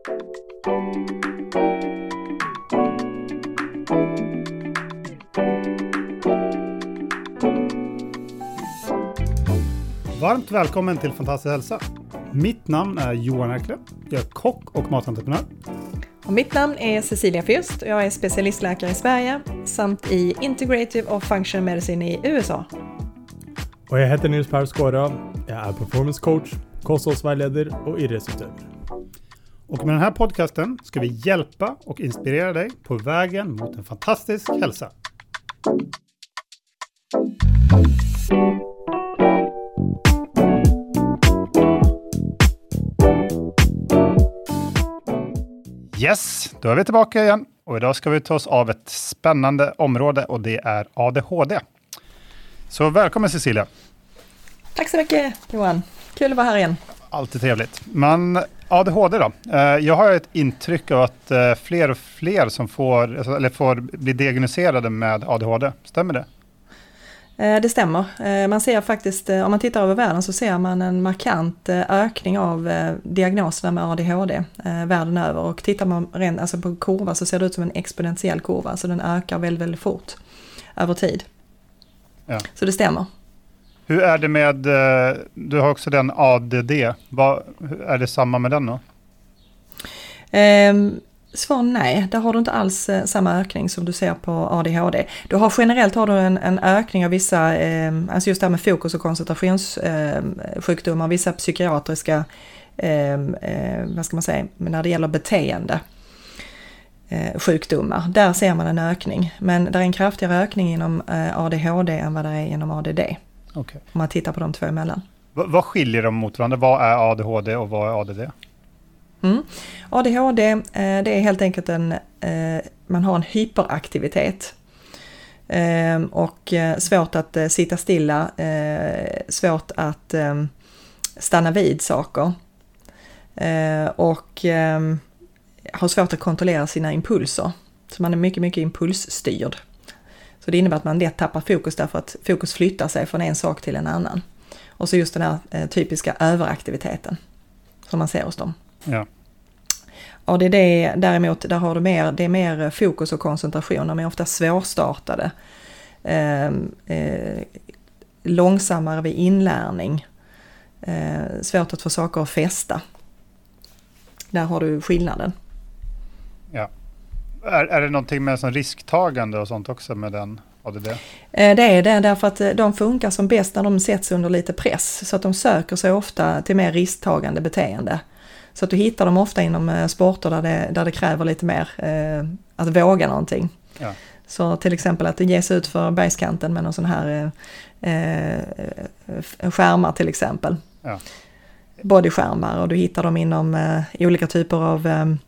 Varmt välkommen till Fantastisk hälsa. Mitt namn är Johan Erkle. Jag är kock och matentreprenör. Och mitt namn är Cecilia Fürst. Jag är specialistläkare i Sverige samt i Integrative och Functional Medicine i USA. Och jag heter Nils Per Skåra. Jag är performance coach, kosthållsvägledare och idrottsutövare. Och med den här podcasten ska vi hjälpa och inspirera dig på vägen mot en fantastisk hälsa. Yes, då är vi tillbaka igen och idag ska vi ta oss av ett spännande område och det är ADHD. Så välkommen Cecilia. Tack så mycket Johan, kul att vara här igen. Alltid trevligt. Men ADHD då? Jag har ett intryck av att fler och fler som får bli diagnostiserade med ADHD. Stämmer det? Det stämmer. Man ser faktiskt, om man tittar över världen så ser man en markant ökning av diagnoserna med ADHD världen över. Och tittar man på kurva så ser det ut som en exponentiell kurva. Så den ökar väldigt, väldigt fort över tid. Ja. Så det stämmer. Hur är det med, du har också den ADD. Är det samma med den då? Svar nej, där har du inte alls samma ökning som du ser på ADHD. Generellt har du en ökning av vissa, alltså just det här med fokus- och koncentrationssjukdomar, vissa psykiatriska, när det gäller beteende sjukdomar. Där ser man en ökning, men det är en kraftigare ökning inom ADHD än vad det är inom ADD. Okay. Om man tittar på de två emellan. Vad skiljer de mot varandra? Vad är ADHD och vad är ADD? ADHD det är helt enkelt man har en hyperaktivitet och svårt att sitta stilla, svårt att stanna vid saker och har svårt att kontrollera sina impulser. Så man är mycket, mycket impulsstyrd. Så det innebär att man lätt tappar fokus därför att fokus flyttar sig från en sak till en annan. Och så just den här typiska överaktiviteten som man ser hos dem. Ja. Och det är däremot, där har du det är mer fokus och koncentration. De är ofta svårstartade. Långsammare vid inlärning. Svårt att få saker att fästa. Där har du skillnaden. Ja. Är det någonting med sån risktagande och sånt också med den ADD? Det är det, därför att de funkar som bäst när de sätts under lite press. Så att de söker sig ofta till mer risktagande beteende. Så att du hittar dem ofta inom sporter där det kräver lite mer att våga någonting. Ja. Så till exempel att det ges ut för bergskanten med någon sån här skärmar till exempel. Ja. Bodyskärmar, och du hittar dem inom olika typer av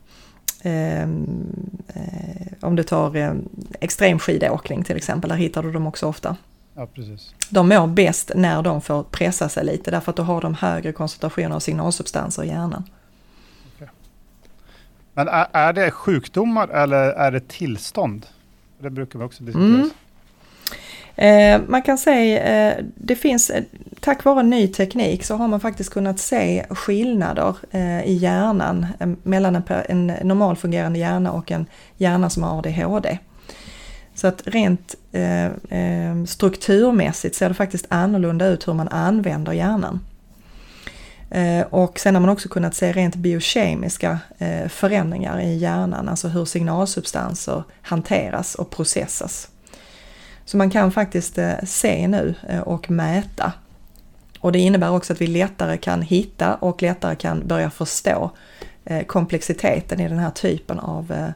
om du tar extrem skidåkning till exempel, där hittar du dem också ofta. Ja, precis. De mår bäst när de får pressa sig lite, därför att då har de högre koncentrationer av signalsubstanser i hjärnan. Okay. Men är det sjukdomar eller är det tillstånd? Det brukar vi också diskutera. Man kan säga, det finns, tack vare ny teknik så har man faktiskt kunnat se skillnader i hjärnan mellan en normal fungerande hjärna och en hjärna som har ADHD. Så att rent strukturmässigt ser det faktiskt annorlunda ut hur man använder hjärnan. Och sen har man också kunnat se rent biokemiska förändringar i hjärnan, alltså hur signalsubstanser hanteras och processas. Så man kan faktiskt se nu och mäta. Och det innebär också att vi lättare kan hitta och lättare kan börja förstå komplexiteten i den här typen av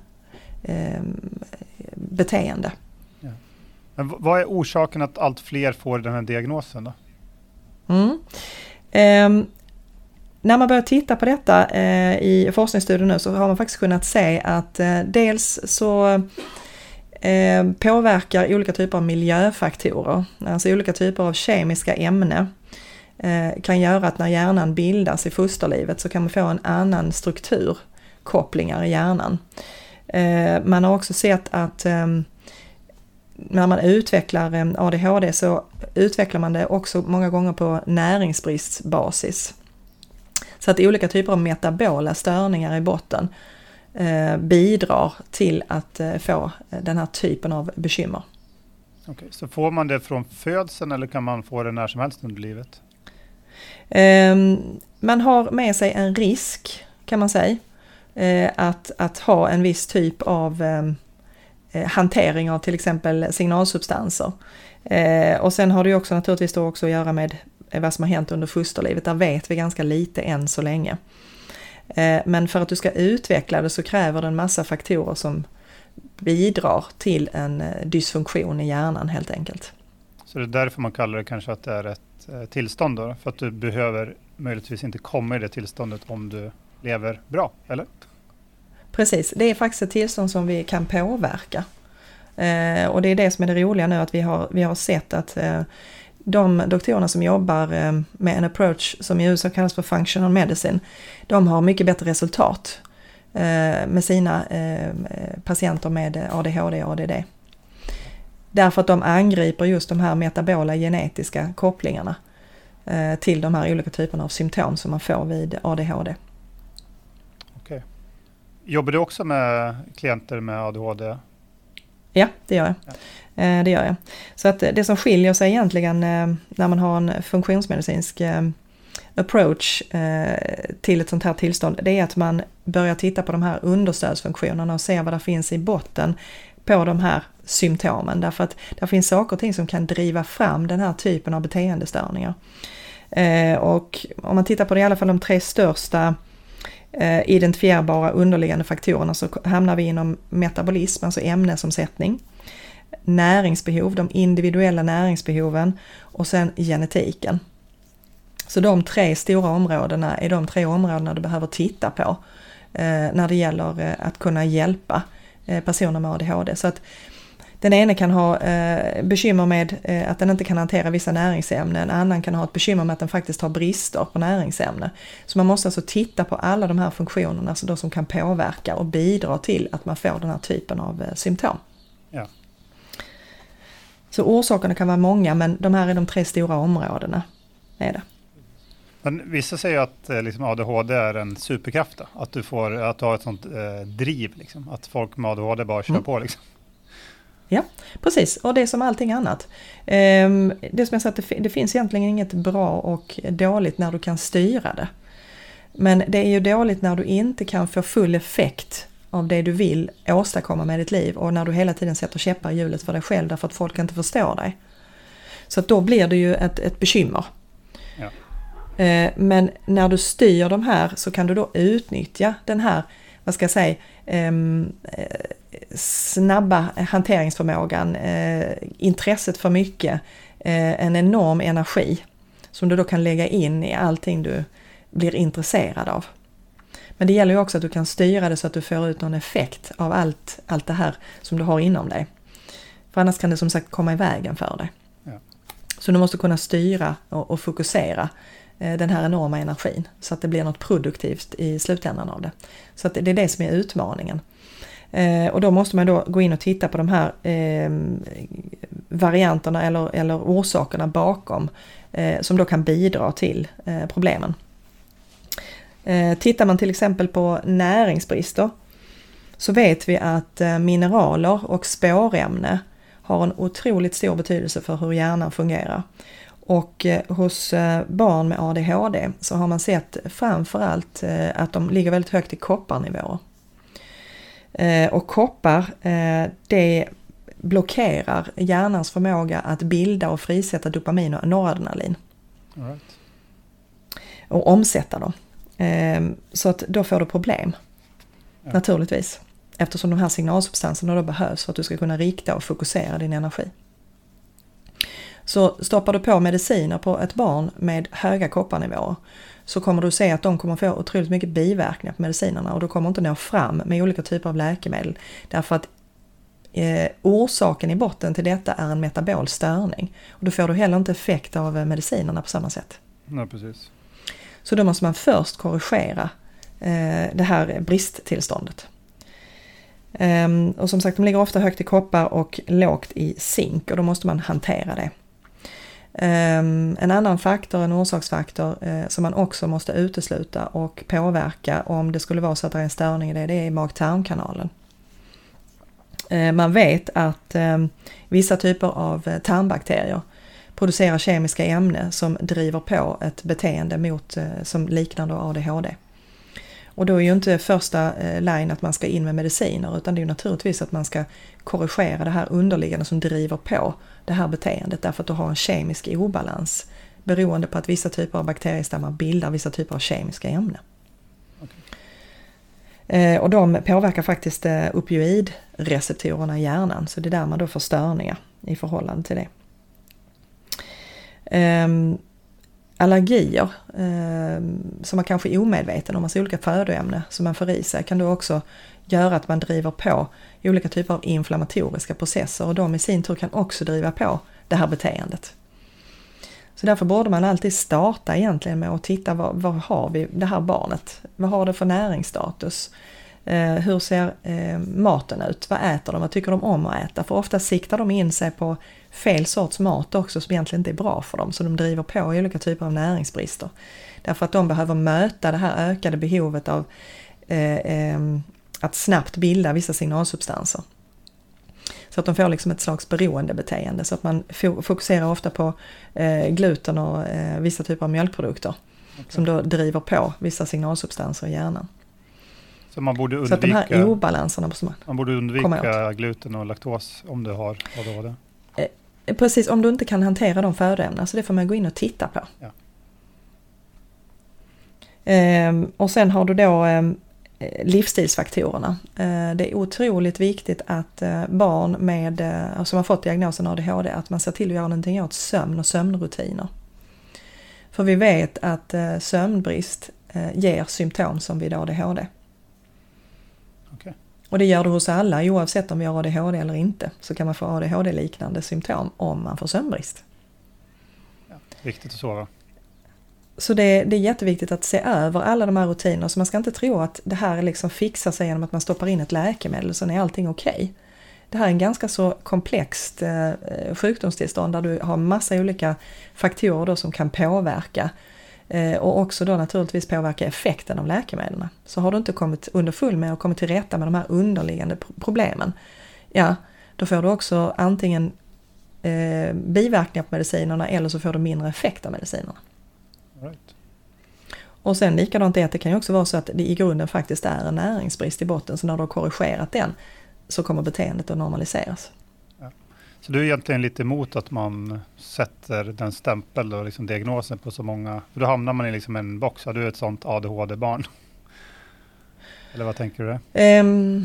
beteende. Ja. Men vad är orsaken att allt fler får den här diagnosen då? När man börjar titta på detta i forskningsstudier nu så har man faktiskt kunnat se att dels så påverkar olika typer av miljöfaktorer, alltså olika typer av kemiska ämnen kan göra att när hjärnan bildas i fosterlivet så kan man få en annan strukturkopplingar i hjärnan. Man har också sett att när man utvecklar ADHD så utvecklar man det också många gånger på näringsbristbasis. Så att olika typer av metabola störningar i botten bidrar till att få den här typen av bekymmer. Okej, så får man det från födseln eller kan man få det när som helst under livet? Man har med sig en risk, kan man säga, att ha en viss typ av hantering av till exempel signalsubstanser. Och sen har det ju också naturligtvis då också att göra med vad som har hänt under fosterlivet. Där vet vi ganska lite än så länge. Men för att du ska utveckla det så kräver det en massa faktorer som bidrar till en dysfunktion i hjärnan helt enkelt. Så det är därför man kallar det kanske att det är ett tillstånd då? För att du behöver möjligtvis inte komma i det tillståndet om du lever bra, eller? Precis, det är faktiskt ett tillstånd som vi kan påverka. Och det är det som är det roliga nu, att vi har sett att de doktorerna som jobbar med en approach som i USA kallas för functional medicine, de har mycket bättre resultat med sina patienter med ADHD och ADD. Därför att de angriper just de här metabola genetiska kopplingarna till de här olika typerna av symptom som man får vid ADHD. Okej. Jobbar du också med klienter med ADHD? Ja, det gör jag. Ja. Det gör jag. Så att det som skiljer sig egentligen när man har en funktionsmedicinsk approach till ett sånt här tillstånd, det är att man börjar titta på de här understödsfunktionerna och se vad det finns i botten på de här symptomen. Därför att det finns saker och ting som kan driva fram den här typen av beteendestörningar. Och om man tittar på det, i alla fall de 3 största identifierbara underliggande faktorerna, så hamnar vi inom metabolism, alltså ämnesomsättning, näringsbehov, de individuella näringsbehoven och sen genetiken. Så de 3 stora områdena är de 3 områdena du behöver titta på när det gäller att kunna hjälpa personer med ADHD. Så att den ena kan ha bekymmer med att den inte kan hantera vissa näringsämnen, en annan kan ha ett bekymmer med att den faktiskt har brister på näringsämne. Så man måste alltså titta på alla de här funktionerna alltså som kan påverka och bidra till att man får den här typen av symptom. Ja. Så orsakerna kan vara många, men de här är de 3 stora områdena. Är det. Men vissa säger att liksom ADHD är en superkraft. Att du har ett sånt driv. Liksom, att folk med ADHD bara kör på. Liksom. Ja, precis. Och det är som allting annat. Det som jag sa, att det finns egentligen inget bra och dåligt när du kan styra det. Men det är ju dåligt när du inte kan få full effekt av det du vill åstadkomma med ditt liv. Och när du hela tiden sätter käppar i hjulet för dig själv därför att folk inte förstår dig. Så att då blir det ju ett bekymmer. Ja. Men när du styr de här så kan du då utnyttja den här, vad ska jag säga, snabba hanteringsförmågan, intresset för mycket, en enorm energi som du då kan lägga in i allting du blir intresserad av. Men det gäller ju också att du kan styra det så att du får ut någon effekt av allt det här som du har inom dig. För annars kan det som sagt komma i vägen för dig. Ja. Så du måste kunna styra och fokusera den här enorma energin så att det blir något produktivt i slutändan av det. Så att det är det som är utmaningen. Och då måste man då gå in och titta på de här varianterna eller orsakerna bakom som då kan bidra till problemen. Tittar man till exempel på näringsbrister så vet vi att mineraler och spårämne har en otroligt stor betydelse för hur hjärnan fungerar. Och hos barn med ADHD så har man sett framförallt att de ligger väldigt högt i kopparnivåer. Och koppar, det blockerar hjärnans förmåga att bilda och frisätta dopamin och noradrenalin. All right. Och omsätta dem. Så att då får du problem. Ja. Naturligtvis. Eftersom de här signalsubstanserna då behövs för att du ska kunna rikta och fokusera din energi. Så stoppar du på mediciner på ett barn med höga kopparnivåer så kommer du se att de kommer få otroligt mycket biverkningar på medicinerna och du kommer inte nå fram med olika typer av läkemedel. Därför att orsaken i botten till detta är en metabol störning. Och då får du heller inte effekt av medicinerna på samma sätt. Ja, precis. Så då måste man först korrigera det här bristtillståndet. Och som sagt, de ligger ofta högt i koppar och lågt i zink och då måste man hantera det. En annan faktor, en orsaksfaktor som man också måste utesluta och påverka om det skulle vara så att det är en störning i det är mag-tarmkanalen. Man vet att vissa typer av tarmbakterier producerar kemiska ämnen som driver på ett beteende som liknar ADHD. Och då är ju inte första line att man ska in med mediciner, utan det är ju naturligtvis att man ska korrigera det här underliggande som driver på det här beteendet, därför att du har en kemisk obalans beroende på att vissa typer av bakteriestammar bildar vissa typer av kemiska ämnen. Okay. Och de påverkar faktiskt opioidreceptorerna i hjärnan, så det är där man då får störningar i förhållande till det. Allergier som man kanske är omedveten om, alltså olika födoämnen som man får i sig, kan då också göra att man driver på olika typer av inflammatoriska processer, och de i sin tur kan också driva på det här beteendet. Så därför borde man alltid starta egentligen med att titta vad har vi det här barnet? Vad har det för näringsstatus? Hur ser maten ut? Vad äter de? Vad tycker de om att äta? För ofta siktar de in sig på fel sorts mat också som egentligen inte är bra för dem. Så de driver på olika typer av näringsbrister. Därför att de behöver möta det här ökade behovet av att snabbt bilda vissa signalsubstanser. Så att de får liksom ett slags beroendebeteende. Så att man fokuserar ofta på gluten och vissa typer av mjölkprodukter. Okay. Som då driver på vissa signalsubstanser i hjärnan. Så man borde undvika, så att de här obalanserna måste man borde undvika gluten och laktos om du har ADHD? Precis, om du inte kan hantera de födoämnen. Så det får man gå in och titta på. Ja. Och sen har du då livsstilsfaktorerna. Det är otroligt viktigt att barn som har fått diagnosen ADHD, att man ser till att göra någonting åt sömn och sömnrutiner. För vi vet att sömnbrist ger symptom som vid ADHD. Okay. Och det gör det hos alla, oavsett om vi har ADHD eller inte, så kan man få ADHD-liknande symptom om man får sömnbrist. Ja, viktigt att sova. Så det är jätteviktigt att se över alla de här rutinerna, så man ska inte tro att det här liksom fixar sig genom att man stoppar in ett läkemedel så är allting okej. Det här är en ganska så komplext sjukdomstillstånd där du har massa olika faktorer då som kan påverka och också då naturligtvis påverka effekten av läkemedlen. Så har du inte kommit underfull med och kommit till rätta med de här underliggande problemen, ja, då får du också antingen biverkningar på medicinerna eller så får du mindre effekt av medicinerna. Right. Och sen likadant är att det kan ju också vara så att det i grunden faktiskt är en näringsbrist i botten, så när du har korrigerat den så kommer beteendet att normaliseras. Ja. Så du är egentligen lite emot att man sätter den stämpel och liksom diagnosen på så många, för då hamnar man i liksom en box, du är ett sånt ADHD-barn. Eller vad tänker du det?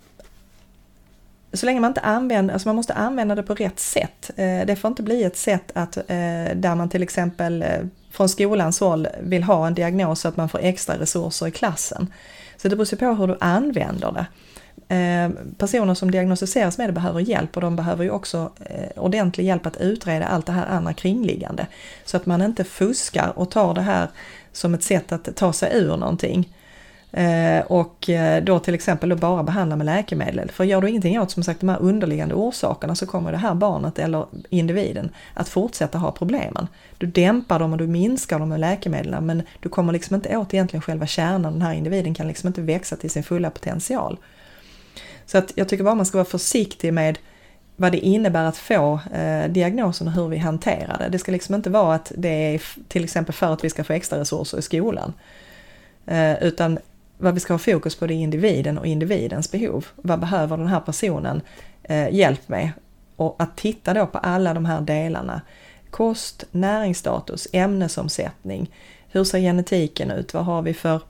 Så länge man inte använder, alltså man måste använda det på rätt sätt. Det får inte bli ett sätt att där man till exempel från skolans håll vill ha en diagnos så att man får extra resurser i klassen. Så det beror sig på hur du använder det. Personer som diagnostiseras med det behöver hjälp, och de behöver ju också ordentlig hjälp att utreda allt det här andra kringliggande. Så att man inte fuskar och tar det här som ett sätt att ta sig ur någonting. Och då till exempel då bara behandla med läkemedel. För gör du ingenting åt som sagt de här underliggande orsakerna, så kommer det här barnet eller individen att fortsätta ha problemen. Du dämpar dem och du minskar dem med läkemedel, men du kommer liksom inte åt egentligen själva kärnan. Den här individen kan liksom inte växa till sin fulla potential. Så att jag tycker bara man ska vara försiktig med vad det innebär att få diagnosen och hur vi hanterar det. Det ska liksom inte vara att det är till exempel för att vi ska få extra resurser i skolan. Utan vad vi ska ha fokus på, det är individen och individens behov. Vad behöver den här personen hjälp med? Och att titta då på alla de här delarna. Kost, näringsstatus, ämnesomsättning. Hur ser genetiken ut? Vad har vi för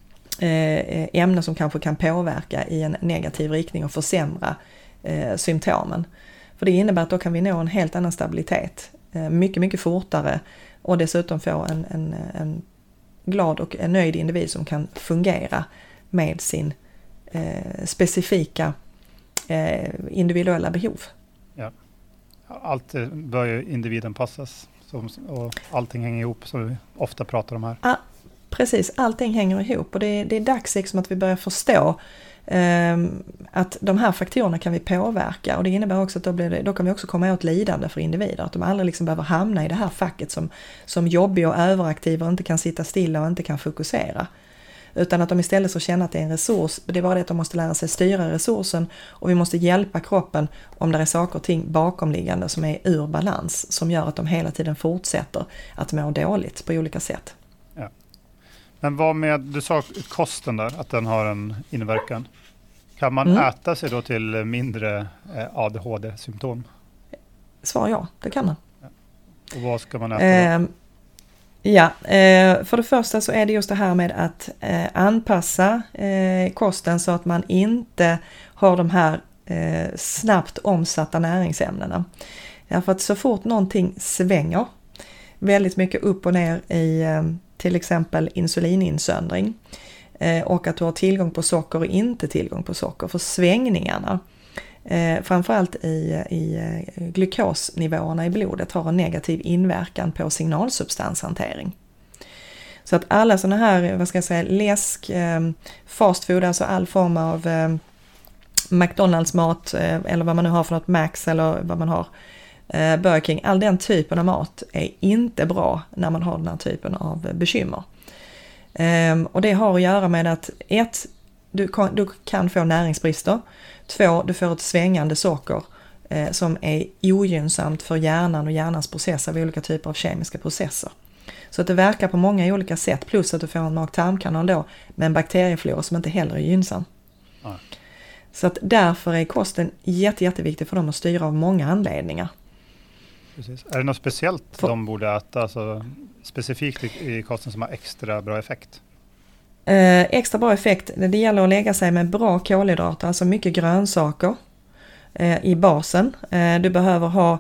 ämnen som kanske kan påverka i en negativ riktning och försämra symptomen? För det innebär att då kan vi nå en helt annan stabilitet. Mycket, mycket fortare, och dessutom få en glad och en nöjd individ som kan fungera med sin specifika individuella behov. Ja. Allt bör ju individen passas och allting hänger ihop, som vi ofta pratar om här. Ja, precis, allting hänger ihop, och det är dags liksom att vi börjar förstå att de här faktorerna kan vi påverka, och det innebär också att då kan vi också komma åt lidande för individer, att de aldrig liksom behöver hamna i det här facket som jobbig och överaktiv och inte kan sitta stilla och inte kan fokusera. Utan att de istället så känner att det är en resurs. Det är bara det att de måste lära sig styra resursen, och vi måste hjälpa kroppen om det är saker och ting bakomliggande som är ur balans, som gör att de hela tiden fortsätter att må dåligt på olika sätt. Ja. Men vad med, du sa kosten där, att den har en inverkan. Kan man äta sig då till mindre ADHD-symptom? Svar ja, det kan man. Ja. Och vad ska man äta då? För det första så är det just det här med att anpassa kosten så att man inte har de här snabbt omsatta näringsämnena. Därför att så fort någonting svänger väldigt mycket upp och ner i till exempel insulininsöndring och att du har tillgång på socker och inte tillgång på socker, för svängningarna framförallt i glukosnivåerna i blodet har en negativ inverkan på signalsubstanshantering. Så att alla sådana här, läsk, fast food, alltså all form av McDonalds-mat eller vad man nu har för något, Max eller vad man har, Burger King, all den typen av mat är inte bra när man har den här typen av bekymmer. Och det har att göra med att du kan få näringsbrister. 2, du får ett svängande socker som är ogynnsamt för hjärnan och hjärnans processer vid olika typer av kemiska processer. Så att det verkar på många olika sätt, plus att du får en mag-tarmkanal då med en bakterieflora som inte heller är gynnsam. Ja. Så att därför är kosten jätteviktig för dem att styra av många anledningar. Precis. Är det något speciellt de borde äta, alltså specifikt i kosten som har extra bra effekt? Extra bra effekt, det gäller att lägga sig med bra kolhydrater, alltså mycket grönsaker i basen. Du behöver ha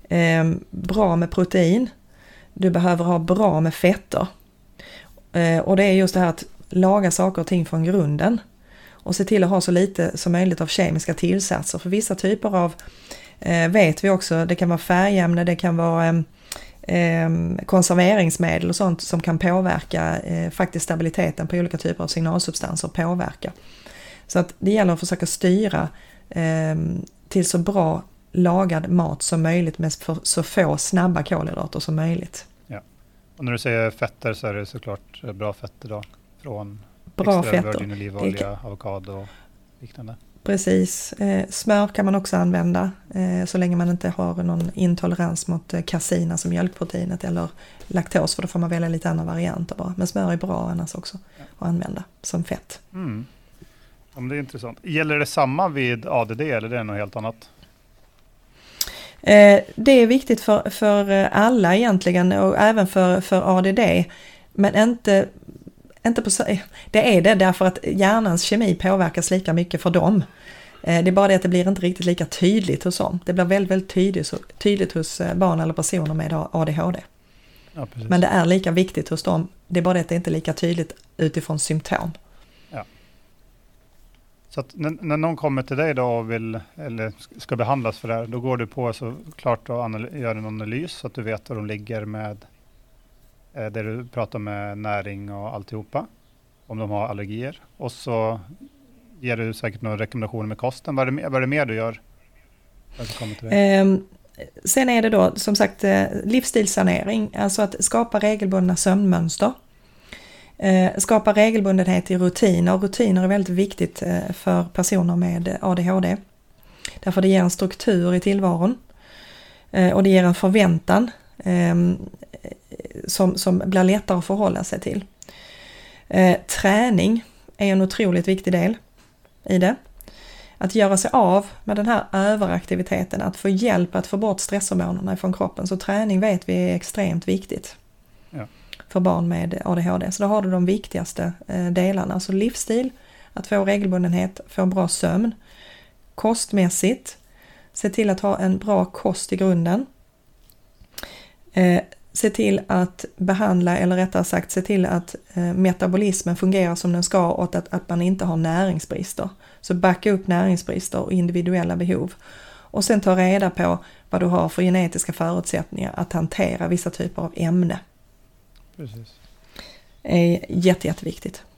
bra med protein, du behöver ha bra med fetter. Och det är just det här att laga saker och ting från grunden och se till att ha så lite som möjligt av kemiska tillsatser. För vissa typer av, vet vi också, det kan vara färgämne, det kan vara konserveringsmedel och sånt som kan påverka faktiskt stabiliteten på olika typer av signalsubstanser påverka. Så att det gäller att försöka styra till så bra lagad mat som möjligt med så få snabba kolhydrater som möjligt. Ja. Och när du säger fetter så är det såklart bra fetter då från bra extra fetter. virgin olivolja, avokado och liknande. Precis. Smör kan man också använda så länge man inte har någon intolerans mot kasein, alltså mjölkproteinet, eller laktos, för då får man välja lite andra varianter bara. Men smör är bra annars också att använda som fett. Mm. Ja, det är intressant. Gäller det samma vid ADD eller det är något helt annat? Det är viktigt för alla egentligen, och även för ADD, men inte på, det är det därför att hjärnans kemi påverkas lika mycket för dem. Det är bara det att det blir inte riktigt lika tydligt hos dem. Det blir väldigt, väldigt tydligt hos barn eller personer med ADHD. Ja, men det är lika viktigt hos dem. Det är bara det att det inte är lika tydligt utifrån symptom. Ja. Så att när någon kommer till dig då och vill, eller ska behandlas för det här, då går du på så klart och gör en analys så att du vet hur de ligger med det du pratar med näring och alltihopa, om de har allergier. Och så ger du säkert några rekommendationer med kosten. Vad är det mer du gör? Sen är det då som sagt livsstilssanering, alltså att skapa regelbundna sömnmönster. Skapa regelbundenhet i rutiner. Rutiner är väldigt viktigt för personer med ADHD. Därför det ger en struktur i tillvaron. Och det ger en förväntan som blir lättare att förhålla sig till. Träning är en otroligt viktig del i det. Att göra sig av med den här överaktiviteten, att få hjälp att få bort stresshormonerna från kroppen. Så träning vet vi är extremt viktigt för barn med ADHD. Så då har du de viktigaste delarna. Alltså livsstil, att få regelbundenhet, få en bra sömn. Kostmässigt, se till att ha en bra kost i grunden. Se till att behandla, eller rättare sagt se till att metabolismen fungerar som den ska och att man inte har näringsbrister. Så backa upp näringsbrister och individuella behov. Och sen ta reda på vad du har för genetiska förutsättningar att hantera vissa typer av ämne. Precis. Det är jätteviktigt.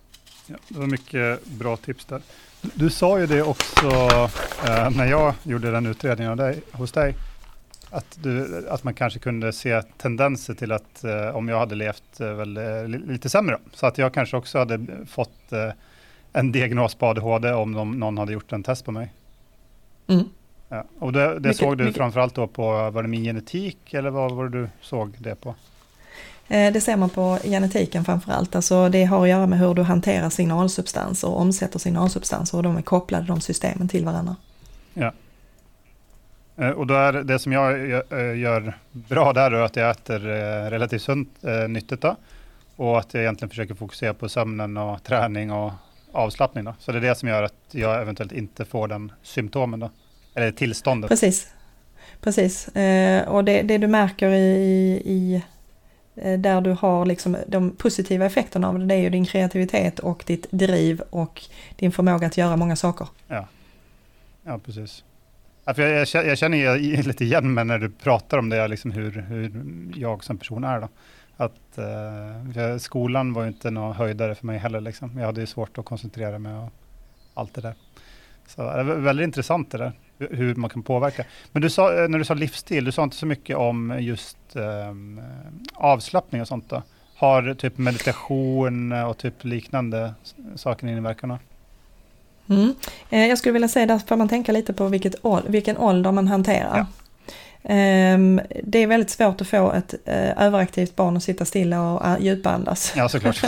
Ja, det var mycket bra tips där. Du sa ju det också när jag gjorde den utredningen hos dig. Att man kanske kunde se tendenser till att om jag hade levt lite sämre. Så att jag kanske också hade fått en diagnos på ADHD om någon hade gjort en test på mig. Mm. Ja. Och det såg du framförallt då på, var det min genetik eller vad var det du såg det på? Det ser man på genetiken framförallt. Alltså det har att göra med hur du hanterar signalsubstanser och omsätter signalsubstanser och de är kopplade de systemen till varandra. Ja. Och då är det som jag gör bra där är att jag äter relativt sunt nyttigt då. Och att jag egentligen försöker fokusera på sömnen och träning och avslappning då. Så det är det som gör att jag eventuellt inte får den symptomen då. Eller tillståndet. Precis. Och det du märker i där du har liksom de positiva effekterna av det är ju din kreativitet och ditt driv och din förmåga att göra många saker. Ja precis. Jag känner lite igen mig när du pratar om det, liksom hur jag som person är då. Att skolan var ju inte någon höjdare för mig heller liksom. Jag hade ju svårt att koncentrera mig och allt det där. Så det är väldigt intressant det där, hur man kan påverka. Men när du sa livsstil, du sa inte så mycket om just avslappning och sånt då. Har typ meditation och typ liknande saker inverkan då? Jag skulle vilja säga att får man tänka lite på vilken ålder man hanterar. Ja. Det är väldigt svårt att få ett överaktivt barn att sitta stilla och djupandas. Ja, såklart.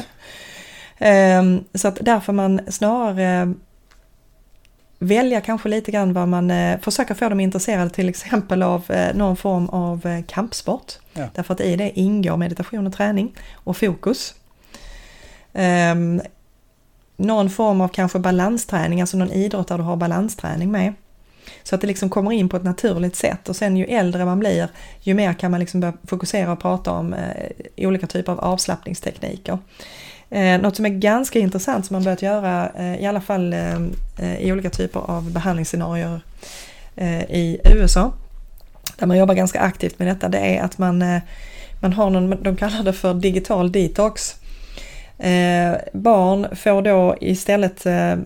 Så att därför man snarare välja kanske lite grann vad man försöker få dem intresserade till exempel av någon form av kampsport. Ja. Därför att i det ingår meditation och träning och fokus. Någon form av kanske balansträning, alltså någon idrott där du har balansträning med. Så att det liksom kommer in på ett naturligt sätt och sen ju äldre man blir ju mer kan man liksom börja fokusera och prata om olika typer av avslappningstekniker. Något som är ganska intressant som man börjat göra i alla fall i olika typer av behandlingsscenarier i USA där man jobbar ganska aktivt med detta, det är att man har någon, de kallar det för digital detox. Barn får då istället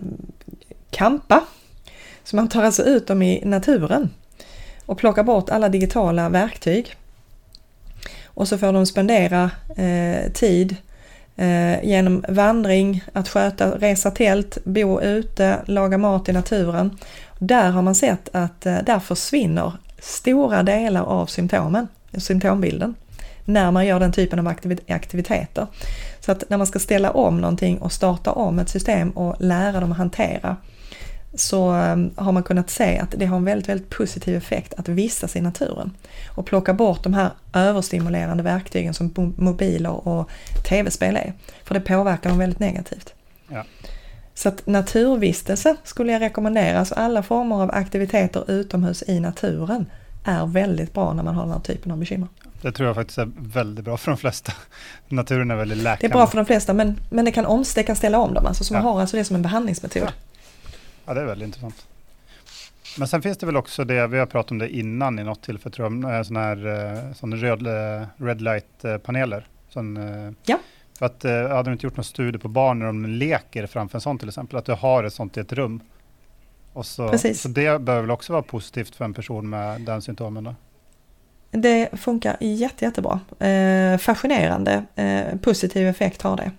kampa, så man tar alltså ut dem i naturen och plockar bort alla digitala verktyg och så får de spendera tid genom vandring, att resa tält, bo ute, laga mat i naturen. Där har man sett att där försvinner stora delar av symptombilden när man gör den typen av aktiviteter. Så att när man ska ställa om någonting och starta om ett system och lära dem att hantera, så har man kunnat se att det har en väldigt, väldigt positiv effekt att vistas i naturen och plocka bort de här överstimulerande verktygen som mobiler och tv-spel är. För det påverkar dem väldigt negativt. Ja. Så att naturvistelse skulle jag rekommendera. Så alla former av aktiviteter utomhus i naturen är väldigt bra när man har den här typen av bekymmer. Det tror jag faktiskt är väldigt bra för de flesta. Naturen är väldigt läkande. Det är bra för de flesta, men det kan ställa om dem. Alltså, så man har alltså det som en behandlingsmetod. Ja, det är väldigt intressant. Men sen finns det väl också det, vi har pratat om det innan i något tillfälle, tror jag, sådana red light-paneler. Ja. För att hade du inte gjort någon studie på barn när de leker framför en sån till exempel, att du har ett sånt i ett rum. Och så det behöver väl också vara positivt för en person med den symptomen då? Det funkar jättebra. Fascinerande. Positiv effekt har det.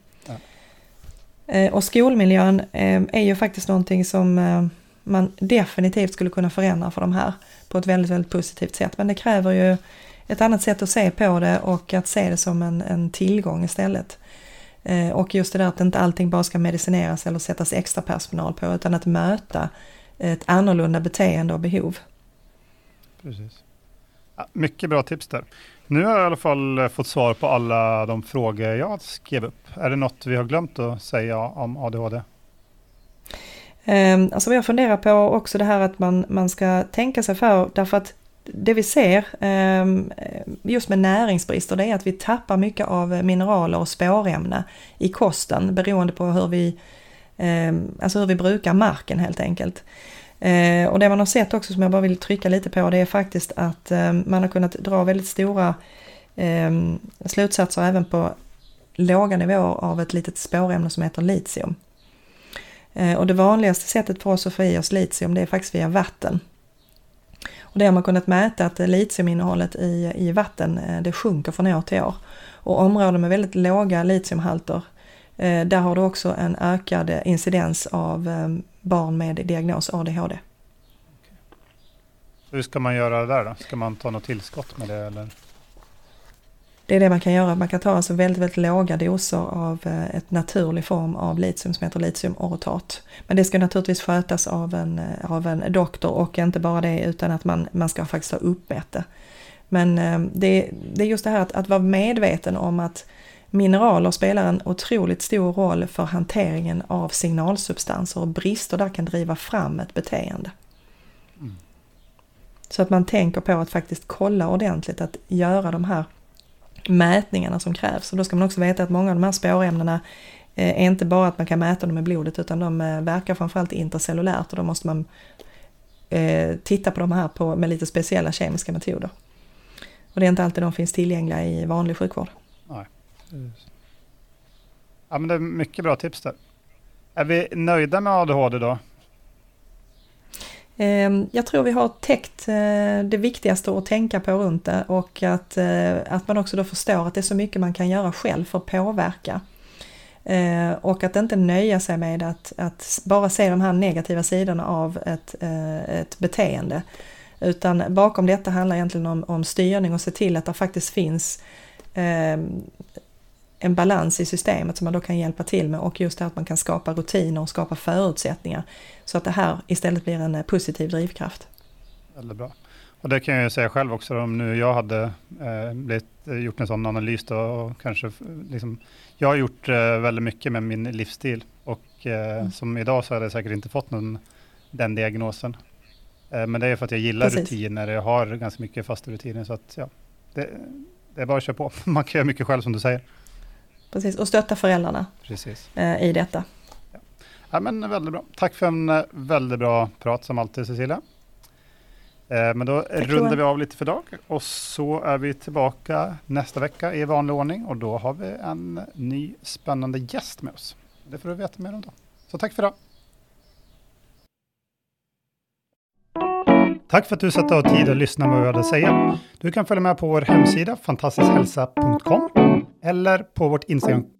Ja. Och skolmiljön är ju faktiskt någonting som man definitivt skulle kunna förändra för de här på ett väldigt, väldigt positivt sätt. Men det kräver ju ett annat sätt att se på det och att se det som en tillgång istället. Och just det där att inte allting bara ska medicineras eller sättas extra personal på, utan att möta ett annorlunda beteende och behov. Precis. Ja, mycket bra tips där. Nu har jag i alla fall fått svar på alla de frågor jag skrev upp. Är det något vi har glömt att säga om ADHD? Alltså vi har funderat på också det här att man ska tänka sig för, därför att det vi ser just med näringsbrister, det är att vi tappar mycket av mineraler och spårämnen i kosten beroende på hur vi brukar marken helt enkelt. Och det man har sett också som jag bara vill trycka lite på, det är faktiskt att man har kunnat dra väldigt stora slutsatser även på låga nivåer av ett litet spårämne som heter litium. Och det vanligaste sättet för oss att få i oss litium, det är faktiskt via vatten. Och det har man kunnat mäta att litiuminnehållet i vatten, det sjunker från år till år. Och områden med väldigt låga litiumhalter, där har du också en ökad incidens av barn med diagnos ADHD. Hur ska man göra det där då? Ska man ta något tillskott med det eller? Det är det man kan göra. Man kan ta alltså väldigt, väldigt låga doser av ett naturlig form av litium som heter litiumorotat. Men det ska naturligtvis skötas av en doktor, och inte bara det utan att man ska faktiskt ha uppmätt det. Men det är just det här att vara medveten om att mineraler spelar en otroligt stor roll för hanteringen av signalsubstanser, och brister där kan driva fram ett beteende. Mm. Så att man tänker på att faktiskt kolla ordentligt, att göra de här mätningarna som krävs. Och då ska man också veta att många av de här spårämnena är inte bara att man kan mäta dem i blodet, utan de verkar framförallt intercellulärt, och då måste man titta på de här med lite speciella kemiska metoder. Och det är inte alltid de finns tillgängliga i vanlig sjukvård. Nej. Ja, men det är mycket bra tips där. Är vi nöjda med ADHD då? Jag tror vi har täckt det viktigaste att tänka på runt det, och att man också då förstår att det är så mycket man kan göra själv för att påverka. Och att inte nöja sig med att bara se de här negativa sidorna av ett beteende. Utan bakom detta handlar egentligen om styrning och se till att det faktiskt finns en balans i systemet som man då kan hjälpa till med, och just det att man kan skapa rutiner och skapa förutsättningar så att det här istället blir en positiv drivkraft. Väldigt bra. Och det kan jag ju säga själv också, om nu jag hade gjort en sån analys då, och kanske liksom, jag har gjort väldigt mycket med min livsstil, och som idag så hade jag säkert inte fått den diagnosen. Men det är för att jag gillar rutiner, jag har ganska mycket fasta rutiner, så att ja, det är bara att köra på. Man kan göra mycket själv som du säger. Precis, och stötta föräldrarna i detta. Ja, men väldigt bra. Tack för en väldigt bra prat som alltid, Cecilia. Men då rundar vi av lite för idag, och så är vi tillbaka nästa vecka i vanlig ordning, och då har vi en ny spännande gäst med oss. Det får du veta mer om då. Så tack för idag. Tack för att du satt av tid att lyssna på vad jag hade att säga. Du kan följa med på vår hemsida fantastiskhälsa.com eller på vårt Instagram